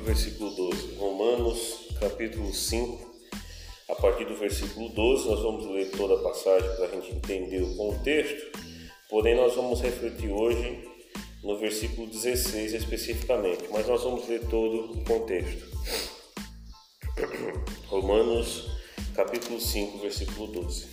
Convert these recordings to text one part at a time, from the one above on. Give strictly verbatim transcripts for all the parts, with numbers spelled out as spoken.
versículo doze. Romanos, capítulo cinco, a partir do versículo doze, nós vamos ler toda a passagem para a gente entender o contexto, porém nós vamos refletir hoje no versículo dezesseis especificamente, mas nós vamos ler todo o contexto. Romanos, capítulo cinco, versículo doze.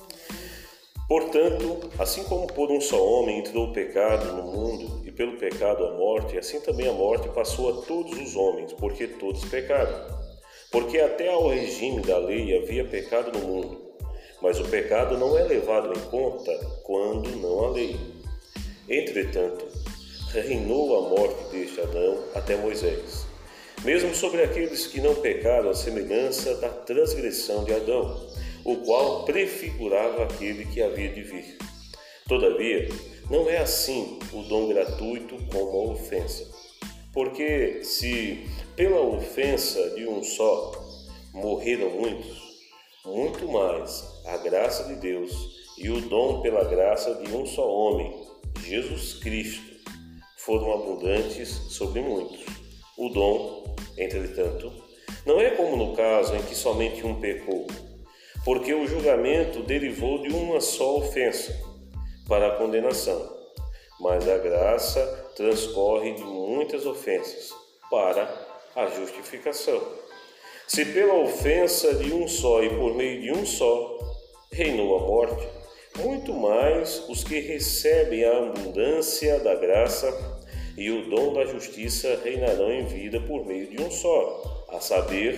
Portanto, assim como por um só homem entrou o pecado no mundo, e pelo pecado a morte, assim também a morte passou a todos os homens, porque todos pecaram. Porque até ao regime da lei havia pecado no mundo, mas o pecado não é levado em conta quando não há lei. Entretanto, reinou a morte deste Adão até Moisés, mesmo sobre aqueles que não pecaram, a semelhança da transgressão de Adão, o qual prefigurava aquele que havia de vir. Todavia, não é assim o dom gratuito como a ofensa. Porque se pela ofensa de um só morreram muitos, muito mais a graça de Deus e o dom pela graça de um só homem, Jesus Cristo, foram abundantes sobre muitos. O dom, entretanto, não é como no caso em que somente um pecou, porque o julgamento derivou de uma só ofensa para a condenação, mas a graça transcorre de muitas ofensas para a justificação. Se pela ofensa de um só e por meio de um só reinou a morte, muito mais os que recebem a abundância da graça e o dom da justiça reinarão em vida por meio de um só, a saber,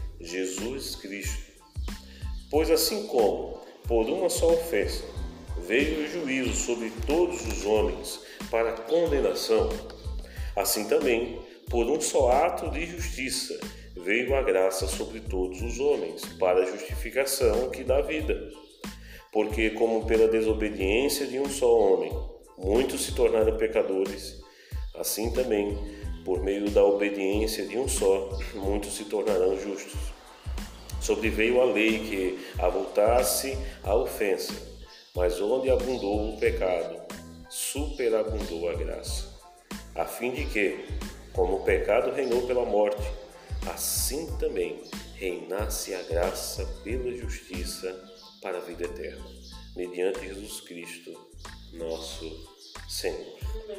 Jesus Cristo. Pois assim como por uma só ofensa veio o juízo sobre todos os homens para condenação, assim também, por um só ato de justiça, veio a graça sobre todos os homens para a justificação que dá vida. Porque como pela desobediência de um só homem, muitos se tornaram pecadores, assim também, por meio da obediência de um só, muitos se tornarão justos. Sobreveio a lei que avultasse a ofensa, mas onde abundou o pecado, superabundou a graça, a fim de que, como o pecado reinou pela morte, assim também reinasse a graça pela justiça para a vida eterna, mediante Jesus Cristo, nosso Senhor.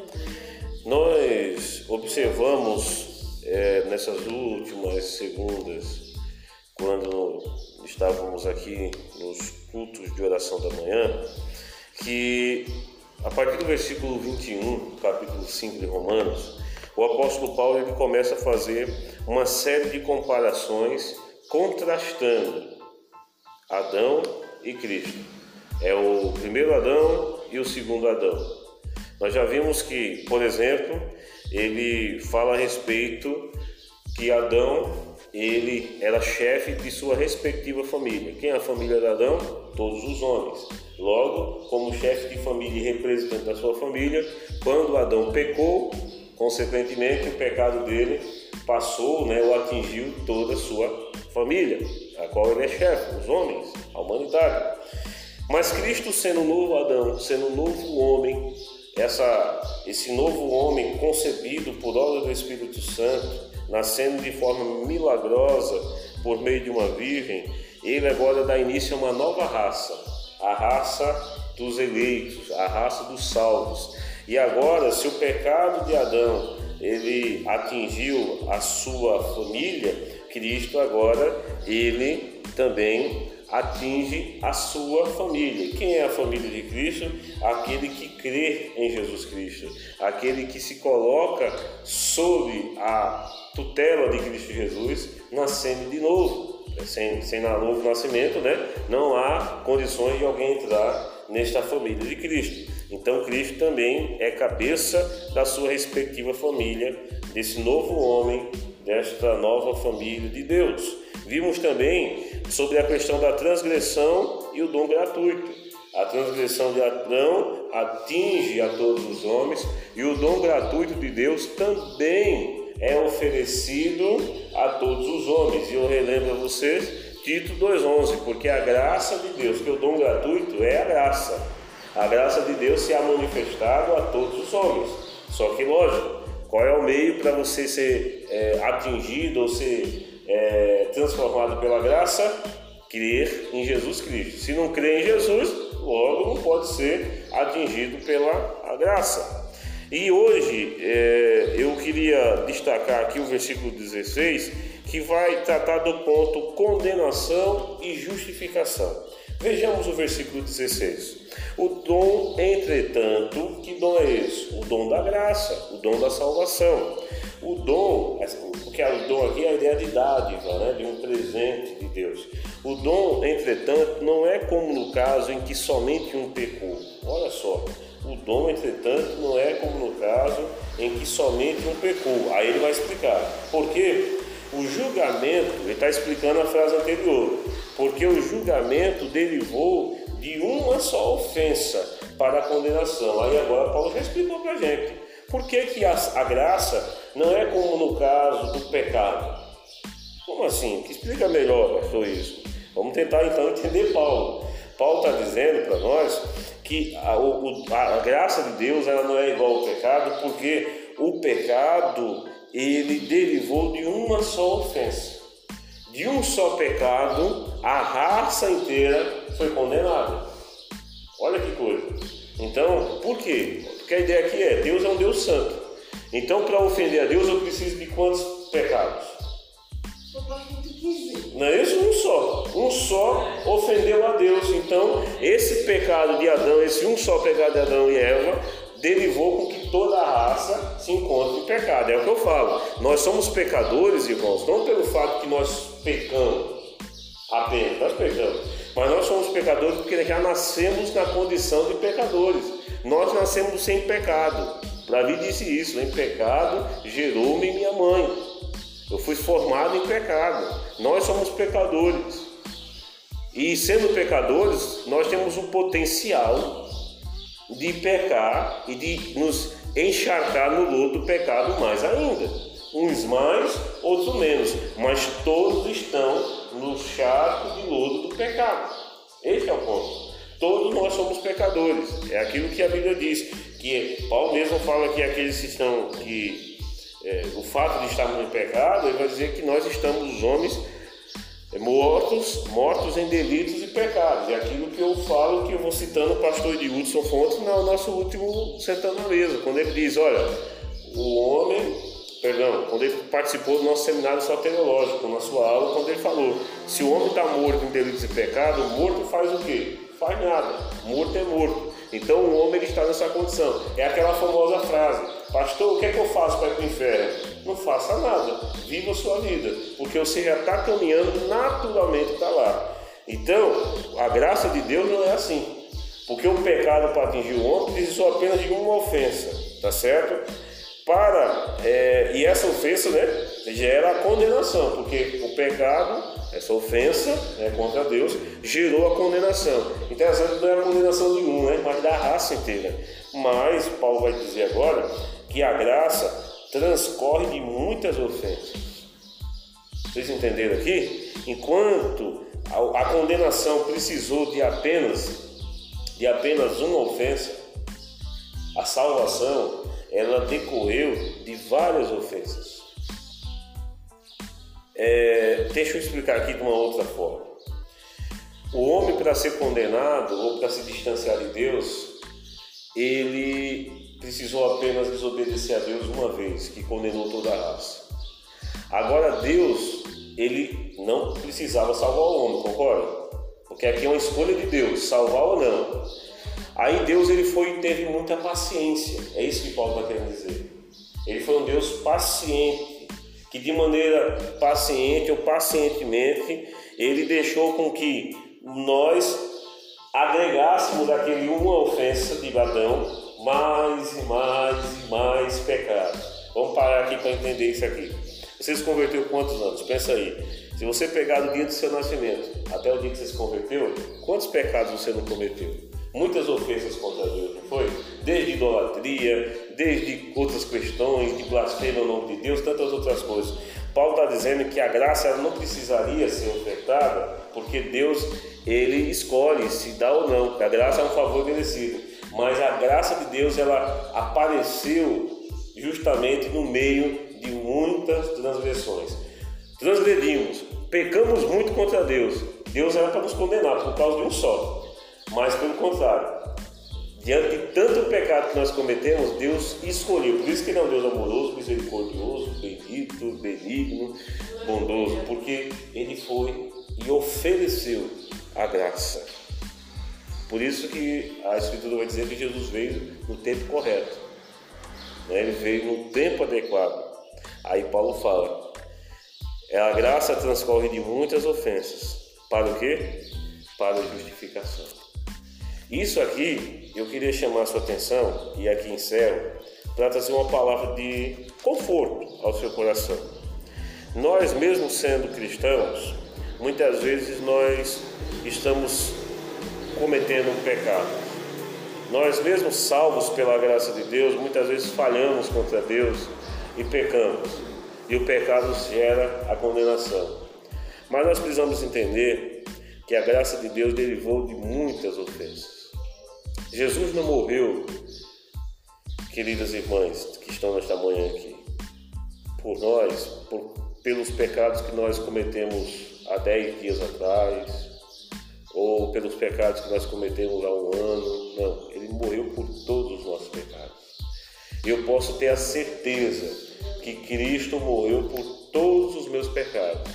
Nós observamos é, nessas últimas segundas, quando estávamos aqui nos cultos de oração da manhã, que a partir do versículo vinte e um, capítulo cinco de Romanos, o apóstolo Paulo ele começa a fazer uma série de comparações contrastando Adão e Cristo. É o primeiro Adão e o segundo Adão. Nós já vimos que, por exemplo, ele fala a respeito que Adão ele era chefe de sua respectiva família. Quem é a família de Adão? Todos os homens. Logo, como chefe de família e representante da sua família, quando Adão pecou, consequentemente o pecado dele passou, né, ou atingiu toda a sua família, a qual ele é chefe, os homens, a humanidade. Mas Cristo, sendo um novo Adão, sendo um novo homem, essa, esse novo homem concebido por obra do Espírito Santo, nascendo de forma milagrosa por meio de uma virgem, ele agora dá início a uma nova raça, a raça dos eleitos, a raça dos salvos. E agora, se o pecado de Adão ele atingiu a sua família, Cristo agora ele também atinge a sua família. Quem é a família de Cristo? Aquele que crê em Jesus Cristo, aquele que se coloca sob a tutela de Cristo Jesus, nascendo de novo. Sem, sem novo nascimento, né? Não há condições de alguém entrar nesta família de Cristo. Então Cristo também é cabeça da sua respectiva família, desse novo homem, desta nova família de Deus. Vimos também sobre a questão da transgressão e o dom gratuito. A transgressão de Adão atinge a todos os homens e o dom gratuito de Deus também é oferecido a todos os homens. E eu relembro a vocês Tito dois onze, porque a graça de Deus, que o dom gratuito é a graça. A graça de Deus se há manifestado a todos os homens. Só que, lógico, Qual é o meio para você ser é, atingido ou ser é, transformado pela graça? Crer em Jesus Cristo. Se não crer em Jesus, logo não pode ser atingido pela a graça. E hoje é, eu queria destacar aqui o versículo dezesseis, que vai tratar do ponto condenação e justificação. Vejamos o versículo dezesseis. O dom, entretanto, que dom é esse? O dom da graça, o dom da salvação. O dom, porque o dom aqui é a ideia de dádiva, né? De um presente de Deus. O dom, entretanto, não é como no caso em que somente um pecou. Olha só, o dom, entretanto, não é como no caso em que somente um pecou. Aí ele vai explicar. Por quê? O julgamento, ele está explicando a frase anterior, porque o julgamento derivou de uma só ofensa para a condenação. Aí agora Paulo já explicou para a gente. Por que, que a, a graça não é como no caso do pecado? Como assim? Que explica melhor, pastor, isso? Vamos tentar então entender Paulo. Paulo está dizendo para nós que a, o, a graça de Deus ela não é igual ao pecado, porque o pecado ele derivou de uma só ofensa. De um só pecado, a raça inteira foi condenada. Olha que coisa. Então, por quê? Porque a ideia aqui é, Deus é um Deus santo. Então, para ofender a Deus, eu preciso de quantos pecados? Não é isso? Um só. Um só ofendeu a Deus. Então, esse pecado de Adão, esse um só pecado de Adão e Eva, derivou com que toda a raça se encontre em pecado. É o que eu falo. Nós somos pecadores, irmãos, não pelo fato que nós pecamos apenas, nós pecamos, mas nós somos pecadores porque já nascemos na condição de pecadores. Nós nascemos sem pecado. Davi disse isso: em pecado gerou-me minha mãe. Eu fui formado em pecado. Nós somos pecadores. E sendo pecadores, nós temos o potencial de pecar e de nos encharcar no lodo do pecado mais ainda. Uns mais, outros menos, mas todos estão no charco de lodo do pecado. Esse é o ponto. Todos nós somos pecadores. É aquilo que a Bíblia diz, que Paulo mesmo fala que aqueles que estão, que é, o fato de estarmos em pecado, ele vai dizer que nós estamos os homens mortos, mortos em delitos e pecados. É aquilo que eu falo, que eu vou citando o pastor Edilson Fontes no nosso último Sentando na Mesa, quando ele diz, olha, o homem, perdão, quando ele participou do nosso seminário soteriológico, na sua aula, quando ele falou, se o homem está morto em delitos e pecados, morto faz o quê? Faz nada, morto é morto. Então o homem ele está nessa condição. É aquela famosa frase, pastor, o que é que eu faço para ir para o inferno? Não faça nada, viva a sua vida, porque você já está caminhando naturalmente para lá. Então, a graça de Deus não é assim, porque o pecado para atingir o homem precisou apenas de uma ofensa, tá certo? Para, é, e essa ofensa, né, gera a condenação, porque o pecado, essa ofensa, né, contra Deus, gerou a condenação. Interessante, não é a condenação de um, né, mas da raça inteira. Mas Paulo vai dizer agora que a graça transcorre de muitas ofensas. Vocês entenderam aqui? Enquanto a, a condenação precisou de apenas, de apenas uma ofensa, a salvação ela decorreu de várias ofensas. É, deixa eu explicar aqui de uma outra forma. O homem, para ser condenado ou para se distanciar de Deus, ele precisou apenas desobedecer a Deus uma vez, que condenou toda a raça. Agora Deus, ele não precisava salvar o homem, concorda? Porque aqui é uma escolha de Deus, salvar ou não. Aí Deus ele foi, teve muita paciência, é isso que Paulo está querendo dizer. Ele foi um Deus paciente, que de maneira paciente ou pacientemente, ele deixou com que nós agregássemos aquele uma ofensa de Adão, mais e mais e mais pecados. Vamos parar aqui para entender isso aqui. Você se converteu quantos anos? Pensa aí. Se você pegar do dia do seu nascimento até o dia que você se converteu, quantos pecados você não cometeu? Muitas ofensas contra Deus, não foi? Desde idolatria, desde outras questões, de blasfêmia ao nome de Deus, tantas outras coisas. Paulo está dizendo que a graça ela não precisaria ser ofertada, porque Deus ele escolhe se dá ou não. A graça é um favor merecido. Mas a graça de Deus ela apareceu justamente no meio de muitas transgressões. Transgredimos, pecamos muito contra Deus. Deus era para nos condenar por causa de um só, mas pelo contrário, diante de tanto pecado que nós cometemos, Deus escolheu. Por isso que ele é um Deus amoroso, misericordioso, bendito, benigno, bondoso, porque ele foi e ofereceu a graça. Por isso que a Escritura vai dizer que Jesus veio no tempo correto, né? Ele veio no tempo adequado. Aí Paulo fala, a graça transcorre de muitas ofensas. Para o quê? Para a justificação. Isso aqui, eu queria chamar a sua atenção, e aqui encerro, para trazer uma palavra de conforto ao seu coração. Nós, mesmo sendo cristãos, muitas vezes nós estamos cometendo um pecado. Nós, mesmo salvos pela graça de Deus, muitas vezes falhamos contra Deus e pecamos. E o pecado gera a condenação. Mas nós precisamos entender que a graça de Deus derivou de muitas ofensas. Jesus não morreu, queridas irmãs que estão nesta manhã aqui, por nós, por, pelos pecados que nós cometemos há dez dias atrás, ou pelos pecados que nós cometemos há um ano. Não, ele morreu por todos os nossos pecados. Eu posso ter a certeza que Cristo morreu por todos os meus pecados.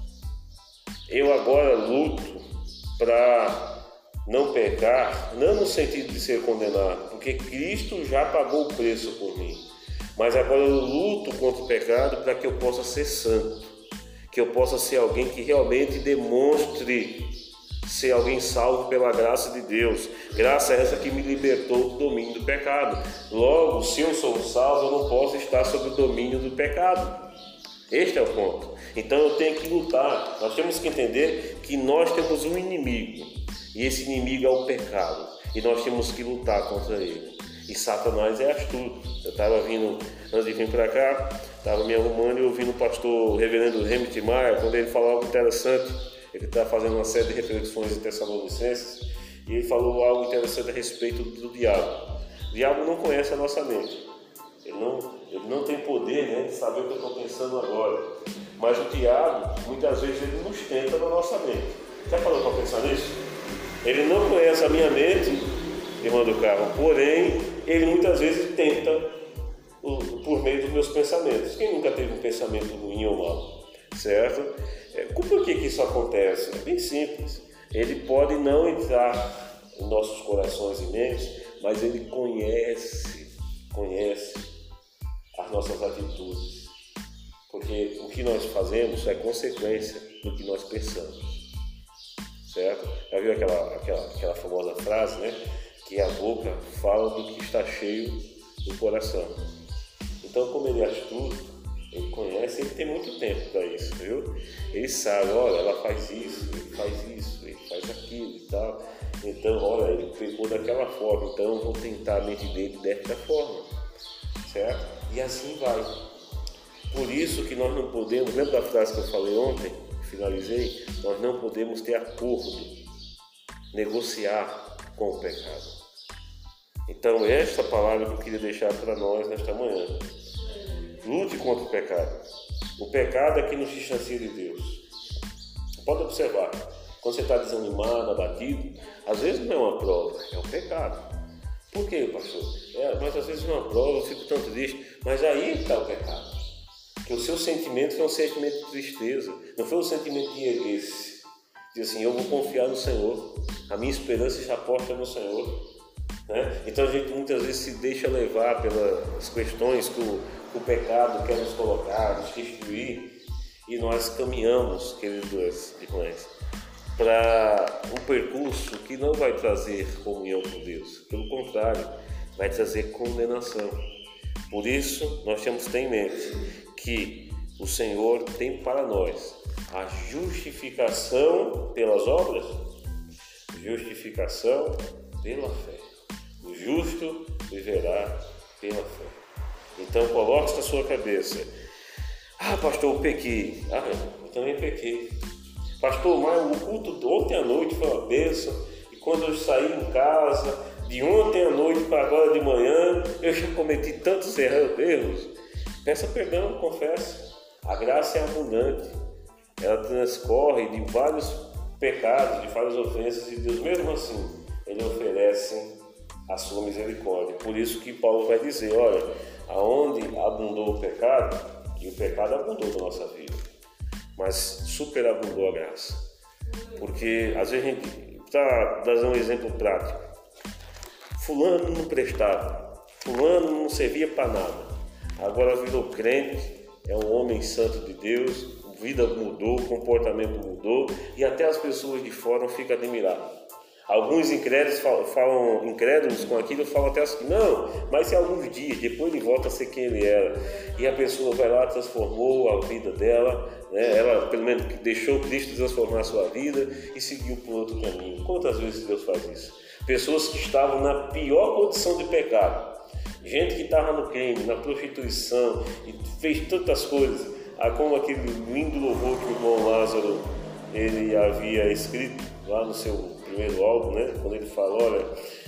Eu agora luto para não pecar, não no sentido de ser condenado, porque Cristo já pagou o preço por mim. Mas agora eu luto contra o pecado para que eu possa ser santo, que eu possa ser alguém que realmente demonstre ser alguém salvo pela graça de Deus. Graça essa que me libertou do domínio do pecado. Logo, se eu sou salvo, eu não posso estar sob o domínio do pecado. Este é o ponto. Então eu tenho que lutar. Nós temos que entender que nós temos um inimigo, e esse inimigo é o pecado, e nós temos que lutar contra ele. E Satanás é astuto. Eu estava vindo, antes de vir para cá, estava me arrumando e ouvindo o pastor o reverendo Remit Maia, quando ele falou algo interessante. Ele está fazendo uma série de reflexões em Tessalonicenses, e ele falou algo interessante a respeito do diabo. O diabo não conhece a nossa mente. Ele não, ele não tem poder, né, de saber o que eu estou pensando agora. Mas o diabo, muitas vezes, ele nos tenta na nossa mente. Já parou para pensar nisso? Ele não conhece a minha mente, irmão do carro, porém, ele muitas vezes tenta por meio dos meus pensamentos. Quem nunca teve um pensamento ruim ou mal? Certo? Por que que isso acontece? É bem simples. Ele pode não entrar em nossos corações e mentes, mas ele conhece, conhece as nossas atitudes. Porque o que nós fazemos é consequência do que nós pensamos. Certo? Já viu aquela, aquela, aquela famosa frase, né? Que a boca fala do que está cheio do coração. Então, como ele é astuto, ele conhece, ele tem muito tempo para isso, viu? Ele sabe, olha, ela faz isso, ele faz isso, ele faz aquilo e tal. Então, olha, ele pegou daquela forma, então eu vou tentar a mente dele desta forma, certo? E assim vai. Por isso que nós não podemos, lembra da frase que eu falei ontem, finalizei? Nós não podemos ter acordo, negociar com o pecado. Então, esta palavra que eu queria deixar para nós nesta manhã. Lute contra o pecado. O pecado é que nos distancia de Deus. Pode observar, quando você está desanimado, abatido, às vezes não é uma prova, é um pecado. Por quê, pastor? É, mas às vezes é uma prova, eu fico tão triste. Mas aí está o pecado. Que o seu sentimento foi um sentimento de tristeza, não foi um sentimento de erguer-se. Diz assim, eu vou confiar no Senhor, a minha esperança está posta no Senhor. Né? Então a gente muitas vezes se deixa levar pelas questões que o, que o pecado quer nos colocar, nos destruir, e nós caminhamos, queridos irmãos, para um percurso que não vai trazer comunhão com Deus, pelo contrário, vai trazer condenação. Por isso nós temos que ter em mente que o Senhor tem para nós a justificação pelas obras, justificação pela fé. O justo viverá pela fé. Então coloque na sua cabeça, ah, pastor, eu pequei. Ah, eu também pequei. Pastor, mas o culto ontem à noite foi uma bênção, e quando eu saí em casa, de ontem à noite para agora de manhã, eu já cometi tantos erros. Peça perdão, confesse. A graça é abundante. Ela transcorre de vários pecados, de várias ofensas, e Deus mesmo assim, Ele oferece a sua misericórdia. Por isso que Paulo vai dizer, olha, aonde abundou o pecado, e o pecado abundou na nossa vida, mas superabundou a graça. Porque às vezes a gente, para dar um exemplo prático, fulano não prestava, fulano não servia para nada, agora virou crente, é um homem santo de Deus, a vida mudou, o comportamento mudou, e até as pessoas de fora ficam admiradas. Alguns incrédulos falam, falam incrédulos com aquilo, falam até assim, não, mas em alguns dias, depois ele volta a ser quem ele era. E a pessoa vai lá, transformou a vida dela, né? Ela pelo menos deixou Cristo transformar a sua vida e seguiu por outro caminho. Quantas vezes Deus faz isso? Pessoas que estavam na pior condição de pecado, gente que estava no crime, na prostituição e fez tantas coisas, como aquele lindo louvor que o irmão Lázaro ele havia escrito lá no seu primeiro álbum, né? Quando ele fala, olha,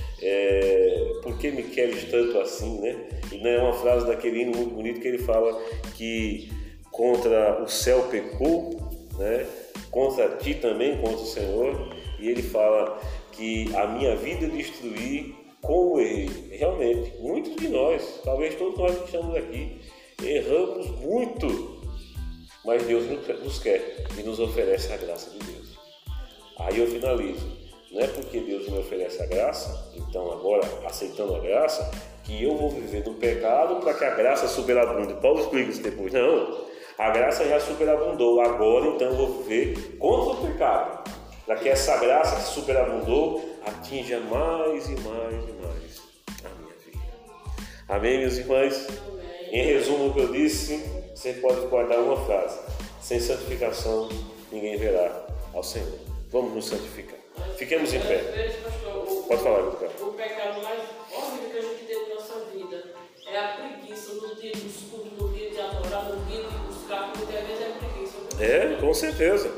é, por que me queres tanto assim, né? E não é uma frase daquele hino muito bonito que ele fala que contra o céu pecou, né? Contra ti também, contra o Senhor, e ele fala que a minha vida eu destruí como errei. Realmente, muitos de nós, talvez todos nós que estamos aqui, erramos muito, mas Deus nos quer e nos oferece a graça de Deus. Aí eu finalizo. Não é porque Deus me oferece a graça, então agora, aceitando a graça, que eu vou viver no pecado para que a graça superabunde. Paulo explica isso depois. Não, a graça já superabundou, agora então eu vou viver contra o pecado, para que essa graça que superabundou atinja mais e mais e mais a minha vida. Amém, meus irmãos? Em resumo o que eu disse, você pode guardar uma frase: sem santificação ninguém verá ao Senhor. Vamos nos santificar. Fiquemos em pé. Pode falar, Lucas. O pecado mais horrível que a gente tem na nossa vida é a preguiça no dia do estudo, no dia de adorar, no dia de buscar, porque muitas vezes é preguiça. É, com certeza.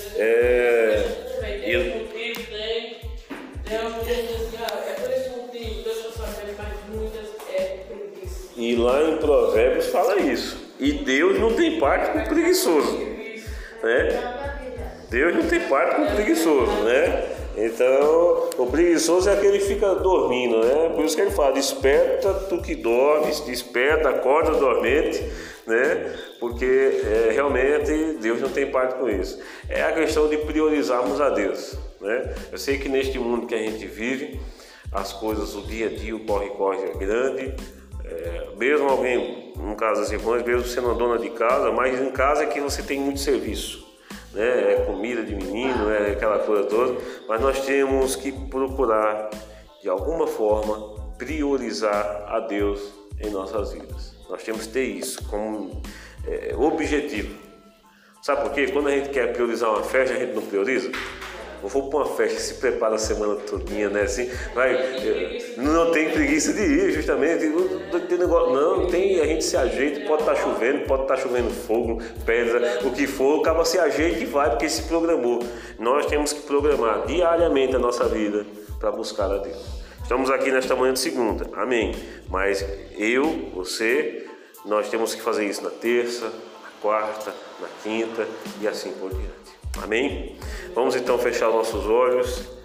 É. Tem um motivo, tem. Tem um motivo assim, é por esse motivo, Deus está sabendo, mas muitas é preguiça. E lá em Provérbios fala isso. E Deus não tem parte com o preguiçoso, né? Deus não tem parte com o preguiçoso, né? Então, o preguiçoso é aquele que fica dormindo, né? Por isso que ele fala, desperta tu que dormes, desperta, acorda dormente, né? Porque é, realmente Deus não tem parte com isso. É a questão de priorizarmos a Deus, né? Eu sei que neste mundo que a gente vive, as coisas, o dia a dia, o corre-corre é grande. É, mesmo alguém, no caso das irmãs, mesmo sendo uma dona de casa, mas em casa é que você tem muito serviço. Né? É comida de menino, é aquela coisa toda, mas nós temos que procurar de alguma forma priorizar a Deus em nossas vidas. Nós temos que ter isso como é, objetivo. Sabe por quê? Quando a gente quer priorizar uma festa, a gente não prioriza. Eu vou para uma festa, se prepara a semana todinha, né? Assim, vai, não tem preguiça de ir, justamente. Não, tem, a gente se ajeita, pode estar chovendo, pode estar chovendo fogo, pedra, o que for, o cara se ajeita e vai, porque se programou. Nós temos que programar diariamente a nossa vida para buscar a Deus. Estamos aqui nesta manhã de segunda, amém. Mas eu, você, nós temos que fazer isso na terça, na quarta, na quinta e assim por diante. Amém? Vamos então fechar nossos olhos